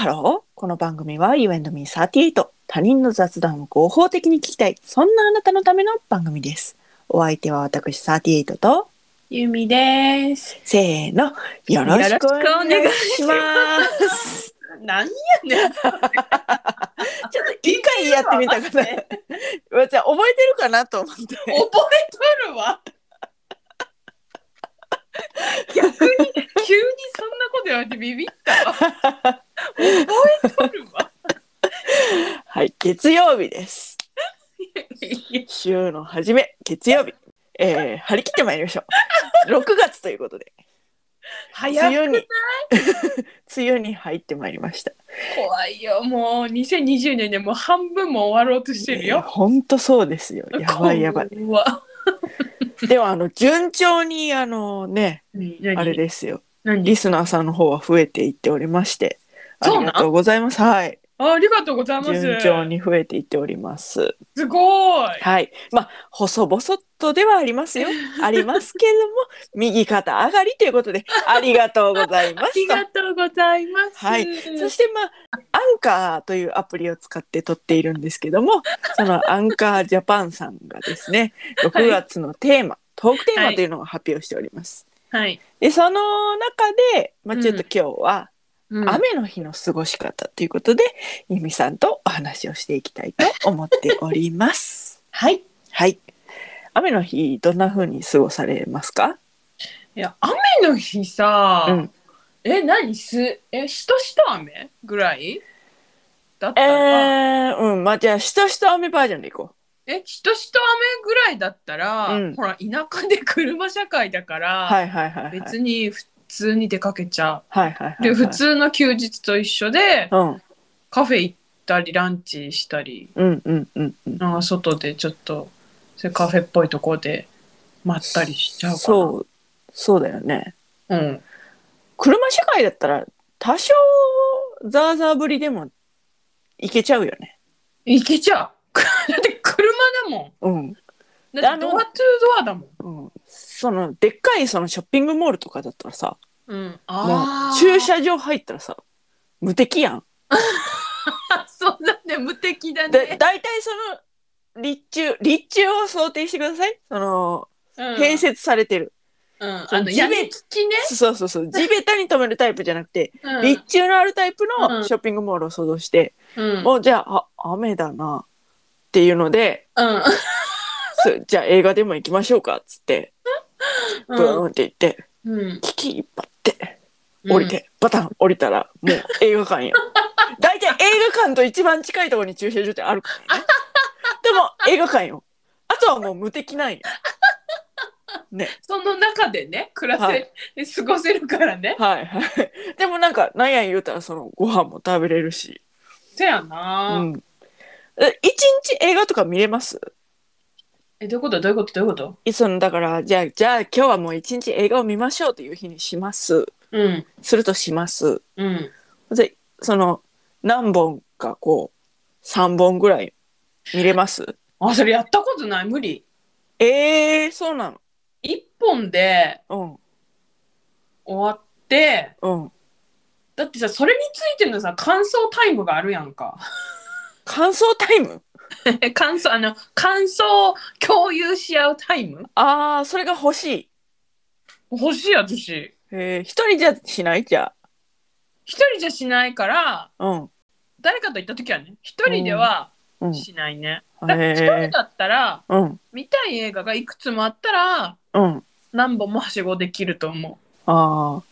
ハロー。この番組は You and me38。他人の雑談を合法的に聞きたい。そんなあなたのための番組です。お相手は私38とゆみです。 せーの。よろしくお願いします。 何やねん。 ちょっと一回やってみたかな。じゃあ覚えてるかなと思って。覚えとるわ。逆に急にそんなこと言われてビビったわ。覚えとるわ。 はい、月曜日です。週の初め、月曜日。張り切ってまいりましょう。6月ということで。 早くない？ 梅雨に入ってまいりました。 怖いよ。もう2020年でもう半分も終わろうとしてるよ。 本当そうですよ。やばいやばい。でも順調にあれですよ。リスナーさんの方は増えていっておりまして、ありがとうございます。はい。 ありがとうございます。 順調に増えていっております。 すごい。 はい。まあ細々とではありますよ。ありますけれども、右肩上がりということでありがとうございます。 ありがとうございます。 はい。そしてアンカーというアプリを使って撮っているんですけども、そのアンカージャパンさんがですね、6月のテーマ、トークテーマというのを発表しております。 はい。 でその中で、ちょっと今日は、雨の日の過ごし方ということで、ゆみさんとお話をしていきたいと思っております。 はい。 はい。雨の日どんな風に過ごされますか？ いや、雨の日さ、何しとしと雨ぐらいだったら、 じゃあしとしと雨バージョンでいこう。しとしと雨ぐらいだったら、ほら田舎で車社会だから、別に普通に出かけちゃう。で普通の休日と一緒で、カフェ行ったりランチしたり、外でちょっとそういうカフェっぽいところでまったりしちゃうかな。 そうだよね。車社会だったら多少ザーザー降りでも行けちゃうよね。 行けちゃう。だって車だもん。だってドアトゥードアだもん。 そのでっかいそのショッピングモールとかだったらさ、もう駐車場入ったらさ、無敵やん。 そうだね、無敵だね。 だいたいその立中を想定してください。その、併設されてる。 屋根付きね。 そう地べたに止めるタイプじゃなくて、立中のあるタイプのショッピングモールを想像して、もうじゃあ雨だなっていうので、じゃあ映画でも行きましょうかっつってブーンって行って、キキ引っ張って降りて、バタン降りたらもう映画館や。大体映画館と一番近いところに駐車場ってあるからね。でも映画館よ。あとはもう無敵なんよ。ね、 その中でね過ごせるからね。 でもなんや言うたらそのご飯も食べれるし。 そやな。 一日映画とか見れます？ どういうことだからじゃあ今日はもう一日映画を見ましょうという日にします。するとします。でその何本か3本ぐらい見れます？ それやったことない。無理。 そうなの。 1本で終わって、だってさ、それについてのさ感想タイムがあるやんか。 感想タイム？ 感想共有し合うタイム？ それが欲しい私。 一人じゃしない？じゃあ一人じゃしないから、誰かと行った時はね、一人ではしないね。一人だったら、見たい映画がいくつもあったら、何本もはしごできると思う。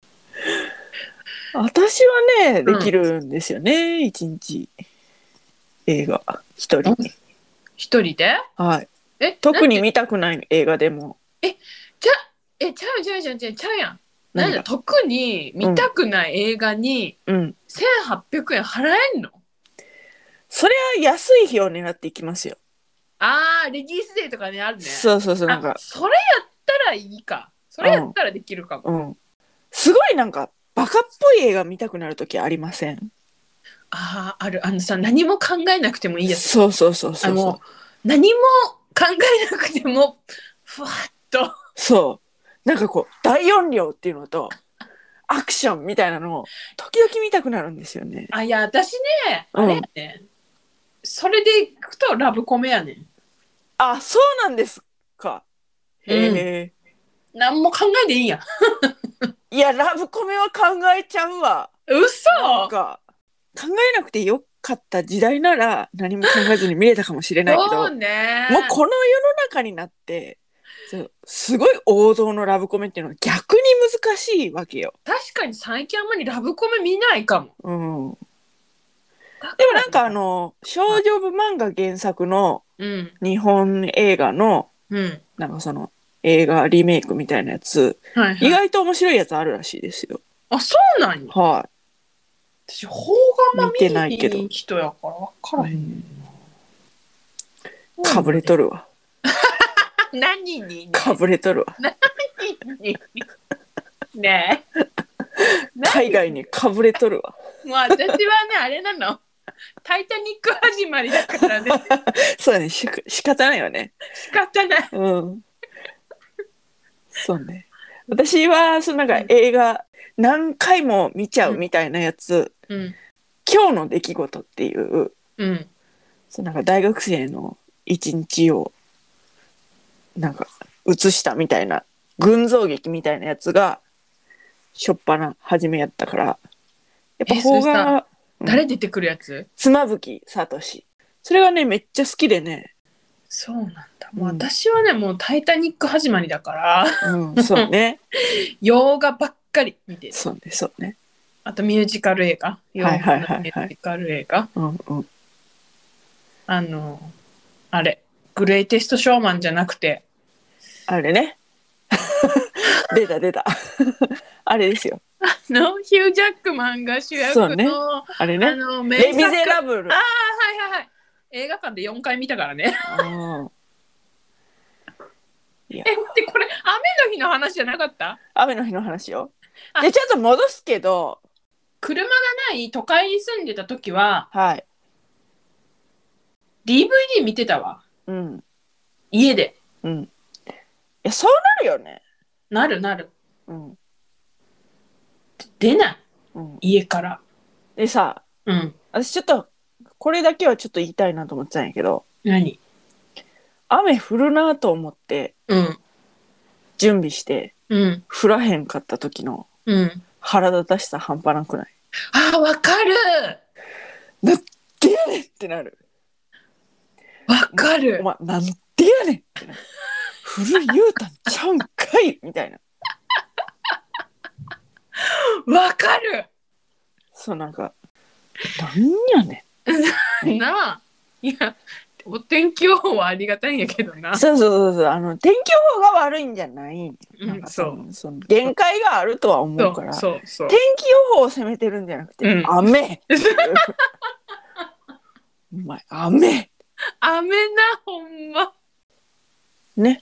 私はねできるんですよね、一日映画一人で、 特に見たくない映画でもちゃうやん。なんで特に見たくない映画に1800円払えんの？ それは安い日を狙っていきますよ。 レディースデーとかね、あるね。 そうなんかそれやったらいいか。それやったらできるかも。 すごいなんかバカっぽい映画見たくなる時ありません？ ある。さ、何も考えなくてもいいやつ。 そう何も考えなくてもふわっと、 なんか大音量っていうのとアクションみたいなのを時々見たくなるんですよね。 いや私ねあれやね、それでいくとラブコメやねん。 そうなんですか。へえ。 何も考えていいんや。 いやラブコメは考えちゃうわ。 嘘。 なんか考えなくてよかった時代なら何も考えずに見れたかもしれないけど、 そうね、 もうこの世の中になってすごい王道のラブコメっていうのは逆に難しいわけよ。 確かに最近あんまりラブコメ見ないかも。 でもなんか少女部漫画原作の日本映画の、なんかその映画リメイクみたいなやつ、意外と面白いやつあるらしいですよ。 そうなんや。私邦画も見てない人やから分からへん。 かぶれとるわ。 何にかぶれとるわ。 何にねえ。 海外にかぶれとるわ。 もう私はねあれなの。タイタニック始まりだからね。 そうだね、仕方ないよね。 仕方ない。 そうね。私はなんか映画何回も見ちゃうみたいなやつ、今日の出来事っていう、なんか大学生の一日をなんか映したみたいな群像劇みたいなやつがしょっぱな初めやったから、やっぱ邦画、 誰出てくるやつ？ 妻夫木聡。それがねめっちゃ好きでね。 そうなんだ。もう私はねもうタイタニック始まりだから、 そうね。 洋画ばっかり見てる。 そうねそうね。 あとミュージカル映画。ミュージカル映画。あれグレイテストショーマンじゃなくてあれね。出たあれですよ。 ヒュージャックマンが主役の、 ね、あれね。レ・ミゼラブル。 はい映画館で4回見たからね。でこれ雨の日の話じゃなかった？ 雨の日の話よ。でちょっと戻すけど、 車がない都会に住んでた時は、DVD 見てたわ。家で。 いやそうなるよね。 なる。出ない、家から。 でさ、私ちょっとこれだけはちょっと言いたいなと思ってたんやけど。 何？ 雨降るなと思って、準備して、降らへんかった時の腹立たしさ半端なくない？ わかる。 なんでやねんってなる。 わかる。 お前なんでやねんってなる。降る言うたんちゃうんかいみたいな。 わかる。 そうなんかなんやねん。なあ。いやお天気予報はありがたいんやけどな。 そう天気予報が悪いんじゃない。なんかその限界があるとは思うから。天気予報を責めてるんじゃなくて、雨。お前雨なほんま。 ね。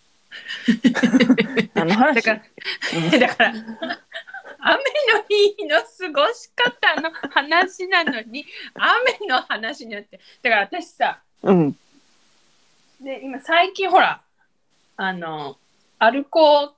話だから雨の日の過ごし方の話なのに雨の話になって、だから私さ、で今最近ほらアルコ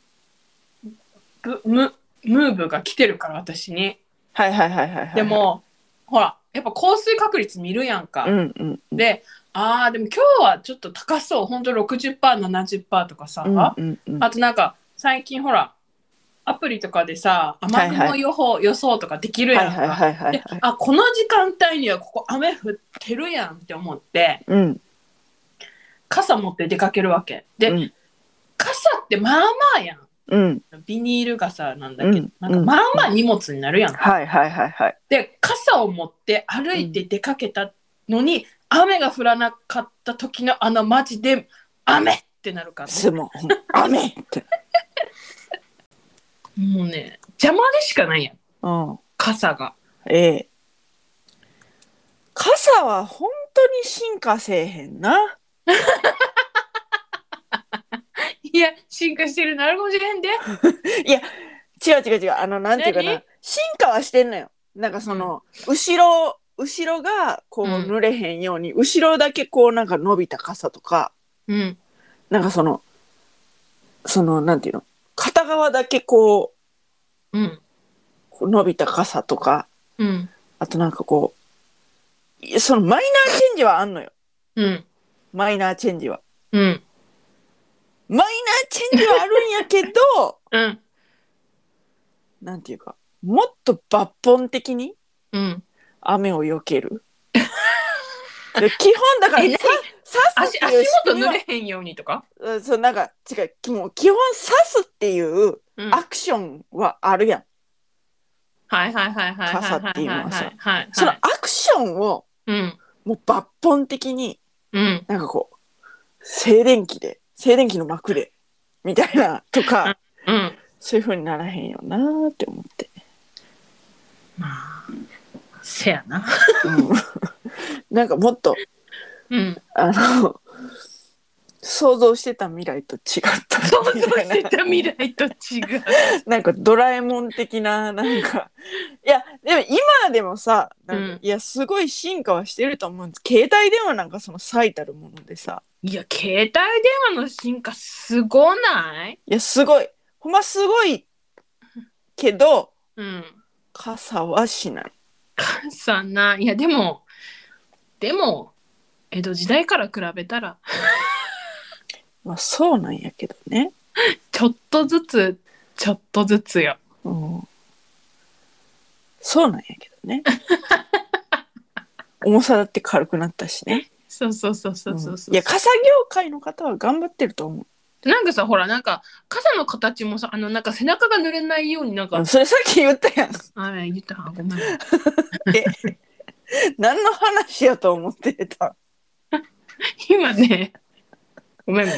ムーブが来てるから私に。でもほらやっぱ降水確率見るやんか。ででも今日はちょっと高そう、ほんと 60%、70% とかさ、あとなんか最近ほらアプリとかでさ雨雲予想とかできるやんか。でこの時間帯にはここ雨降ってるやんって思って、傘持って出かけるわけで、傘ってまあまあやん、ビニール傘なんだけど、なんかまあまあ荷物になるやん。で傘を持って歩いて出かけたのに、雨が降らなかった時のマジで雨ってなるから、 ね、雨ってもうね邪魔でしかないやん、傘が。 傘は本当に進化せえへんな。 いや進化してるのあるかもしれへんで。 いや違うなんていうかな、進化はしてんのよ。なんかその、後ろがこう濡れへんように、後ろだけこうなんか伸びた傘とか、なんかそのなんていうの、片側だけこう、 伸びた傘とか、 うん、 あとなんかこうそのマイナーチェンジはあんのよ。 うん、 マイナーチェンジは。 うん、 マイナーチェンジはあるんやけど、 うん、 なんていうか、もっと抜本的にうん。 雨を避ける。基本だから足元濡れへんようにとか。 そうなんか違う、もう基本刺すっていうアクションはあるやん。 はいはいはいはい傘っていうのはさ、 はい。 そのアクションをもう抜本的に、なんかこう静電気の膜でみたいなとか、そういう風にならへんよなーって思って。 まあせやな。 なんかもっと、想像してた未来と違った想像してた未来と違うなんかドラえもん的な、なんかいやでも今でもさ、いやすごい進化はしてると思うんです。携帯電話なんかその最たるものでさ、 いや携帯電話の進化すごない？ いやすごい、ほんますごいけど、傘はしない。 傘な、いやでも江戸時代から比べたらまあそうなんやけどね。 ちょっとずつよ。 そうなんやけどね。重さだって軽くなったしね。 そう。 いや傘業界の方は頑張ってると思う。 なんかさ、ほらなんか傘の形もさ、なんか背中が濡れないようになんか。 それさっき言ったやん。 言った。ごめん。 何の話やと思ってた。 今ね。ごめん。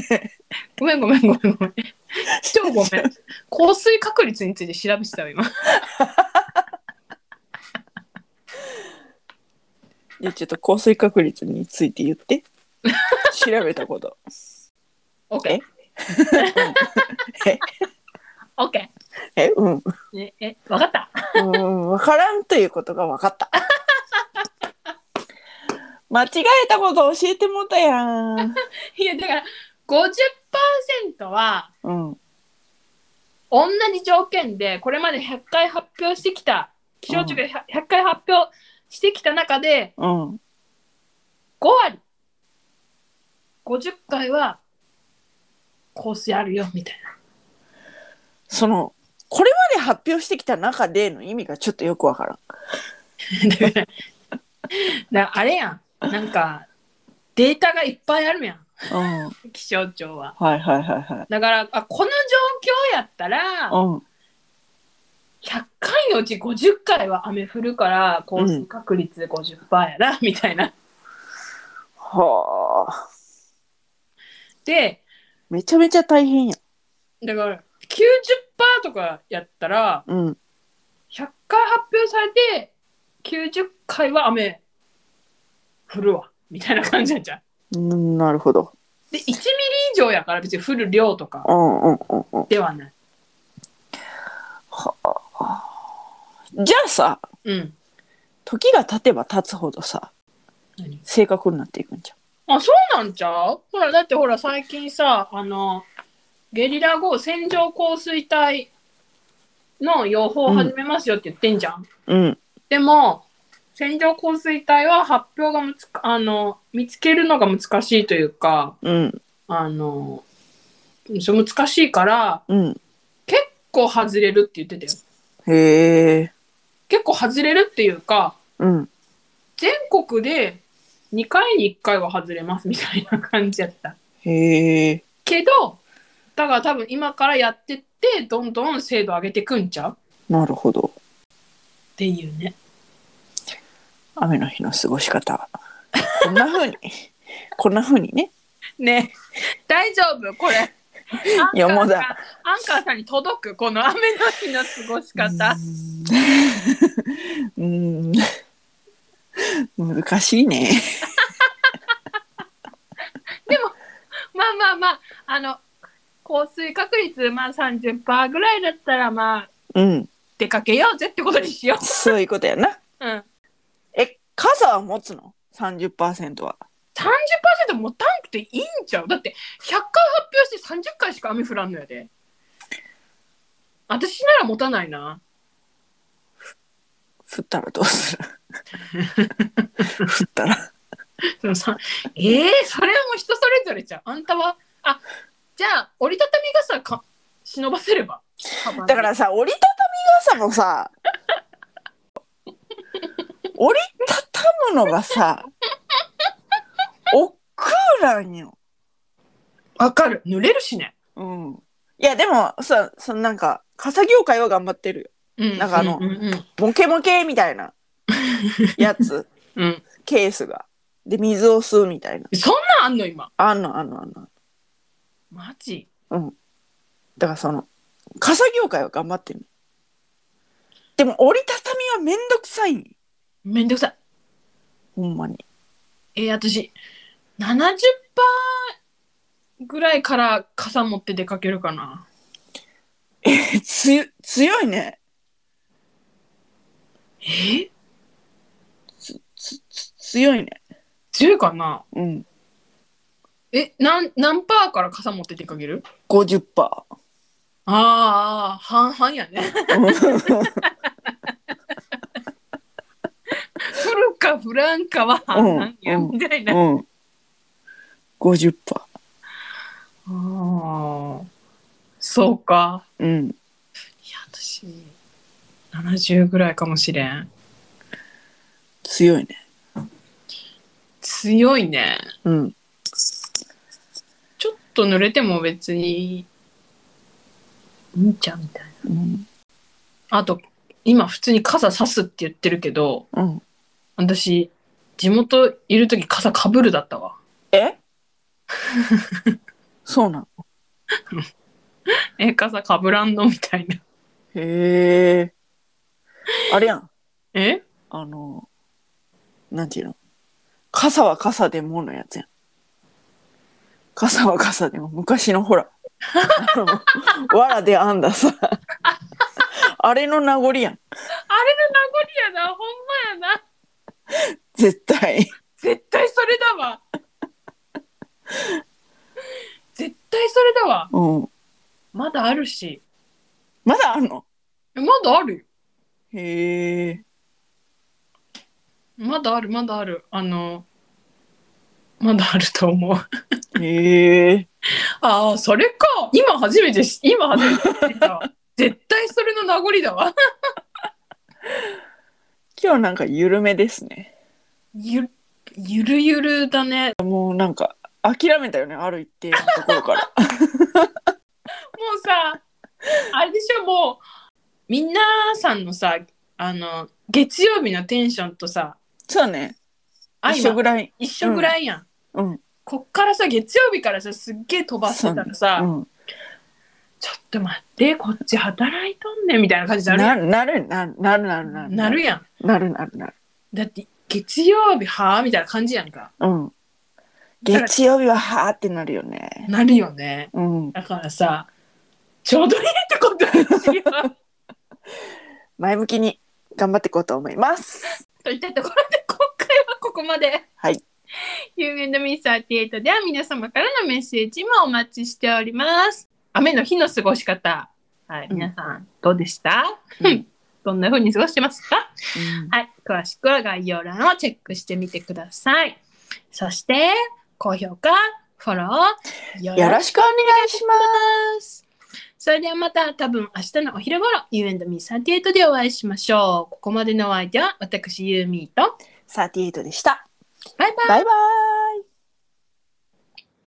超ごめん。降水確率について調べてたよ今。 いやちょっと降水確率について言って。調べたこと。 OK。OK。わかった。 わからんということがわかった。間違えたこと教えてもたやん。 いやだから 50% は、同じ条件でこれまで100回発表してきた、気象庁が 100回発表してきた中で、5割50回は降水あるよみたいな。 これまで発表してきた中での意味がちょっとよくわからん。 だあれやん、なんかデータがいっぱいあるやん、気象庁は。だからこの状況やったら、100回のうち50回は雨降るから降水確率 50% やな、みたいな。 はあ。 でめちゃめちゃ大変や。 だから 90% とかやったら、100回発表されて90回は雨降るわみたいな感じなんじゃん。 なるほど。 で1ミリ以上やから別に降る量とかではない。 じゃあさ、時が経てば経つほどさ、正確になっていくんじゃん。そうなんちゃう？ほらだってほら最近さ、ゲリラ豪雨線状降水帯の予報を始めますよって言ってんじゃん。でも線状降水帯は発表が見つけるのが難しいというか、難しいから、結構外れるって言ってたよ。 へえ。 結構外れるっていうか、全国で2回に1回は外れますみたいな感じやった。 へえ。 けどだから多分今からやってってどんどん精度上げてくんちゃう？ なるほど。 っていうね。 雨の日の過ごし方。こんな風にね。 ね、大丈夫これ。アンカーさんに届くこの雨の日の過ごし方。 難しいね。 でもまあ降水確率30% ぐらいだったら出かけようぜってことにしよう。 そういうことやな。傘は持つの 30% は。 30% 持たんくていいんちゃう？だって100回発表して30回しか雨降らんのやで。私なら持たないな。 ったらどうする？降ったら。 それはもう人それぞれじゃん。あんたは、じゃあ折りたたみ傘か忍ばせれば。 だからさ、折りたたみ傘もさ、折りたたむのがさ、億劫なんよ。 わかる。濡れるしね。 うん。いやでもさ、なんか傘業界は頑張ってるよ。なんかモケモケみたいなやつ、ケースがで水を吸うみたいな。 そんなんあんの今？ あんの。 マジ？ うん。だから傘業界は頑張ってる。でも折りたたみはめんどくさい。 めんどくさい。 ほんまに。 私 70% ぐらいから傘持って出かけるかな。 強いね。強いね。 強いかな。 うん。 何パーから傘持って出かける？ 50%。 半々やね。降るか降らんかは半々や、みたいな。 50%。 そうか。 うん。いや、 私70ぐらいかもしれん。 強いね。 強いね。 うん。 ちょっと濡れても別にいいんちゃうみたいな。あと今普通に傘差すって言ってるけど、私地元いる時傘かぶるだったわ。 そうなの？ 傘かぶらんのみたいな。 へえ。あれやん。なんていうの？傘は傘でものやつやん。傘は傘でも昔のほらわらで編んださあれの名残やん。 あれの名残やな。ほんまやな。 絶対それだわ。絶対それだわ。まだあるし。 まだあるの？ まだあるよ。 へえ。 まだある。まだあると思う。 へえ。 それか。今初めて知った。絶対それの名残だわ。 今日なんか緩めですね。 ゆるゆるだね。 もうなんか諦めたよね、ある一定のところから。 もうさ、あれでしょ、もう皆さんのさ、月曜日のテンションとさ、 そうね、一緒ぐらいやん。こっからさ、月曜日からさ、すっげえ飛ばしてたらさ、ちょっと待って、こっち働いとんねんみたいな感じでなるやん。 なるやん。 なる。 だって月曜日はぁみたいな感じやんか。 月曜日ははーってなるよね。 なるよね。だからさ、ちょうどいいってことですよ。 前向きに頑張っていこうと思います。 といったところで今回はここまで。 はい。 You&Me38 では皆様からのメッセージもお待ちしております。雨の日の過ごし方。はい、皆さんどうでした？どんな風に過ごしてますか？はい、詳しくは概要欄をチェックしてみてください。そして高評価、フォローよろしくお願いします。 それではまた多分明日のお昼頃 You&Me38 でお会いしましょう。ここまでのお相手は私ユーミーと 38でした。 バイバイ。 バイバイ。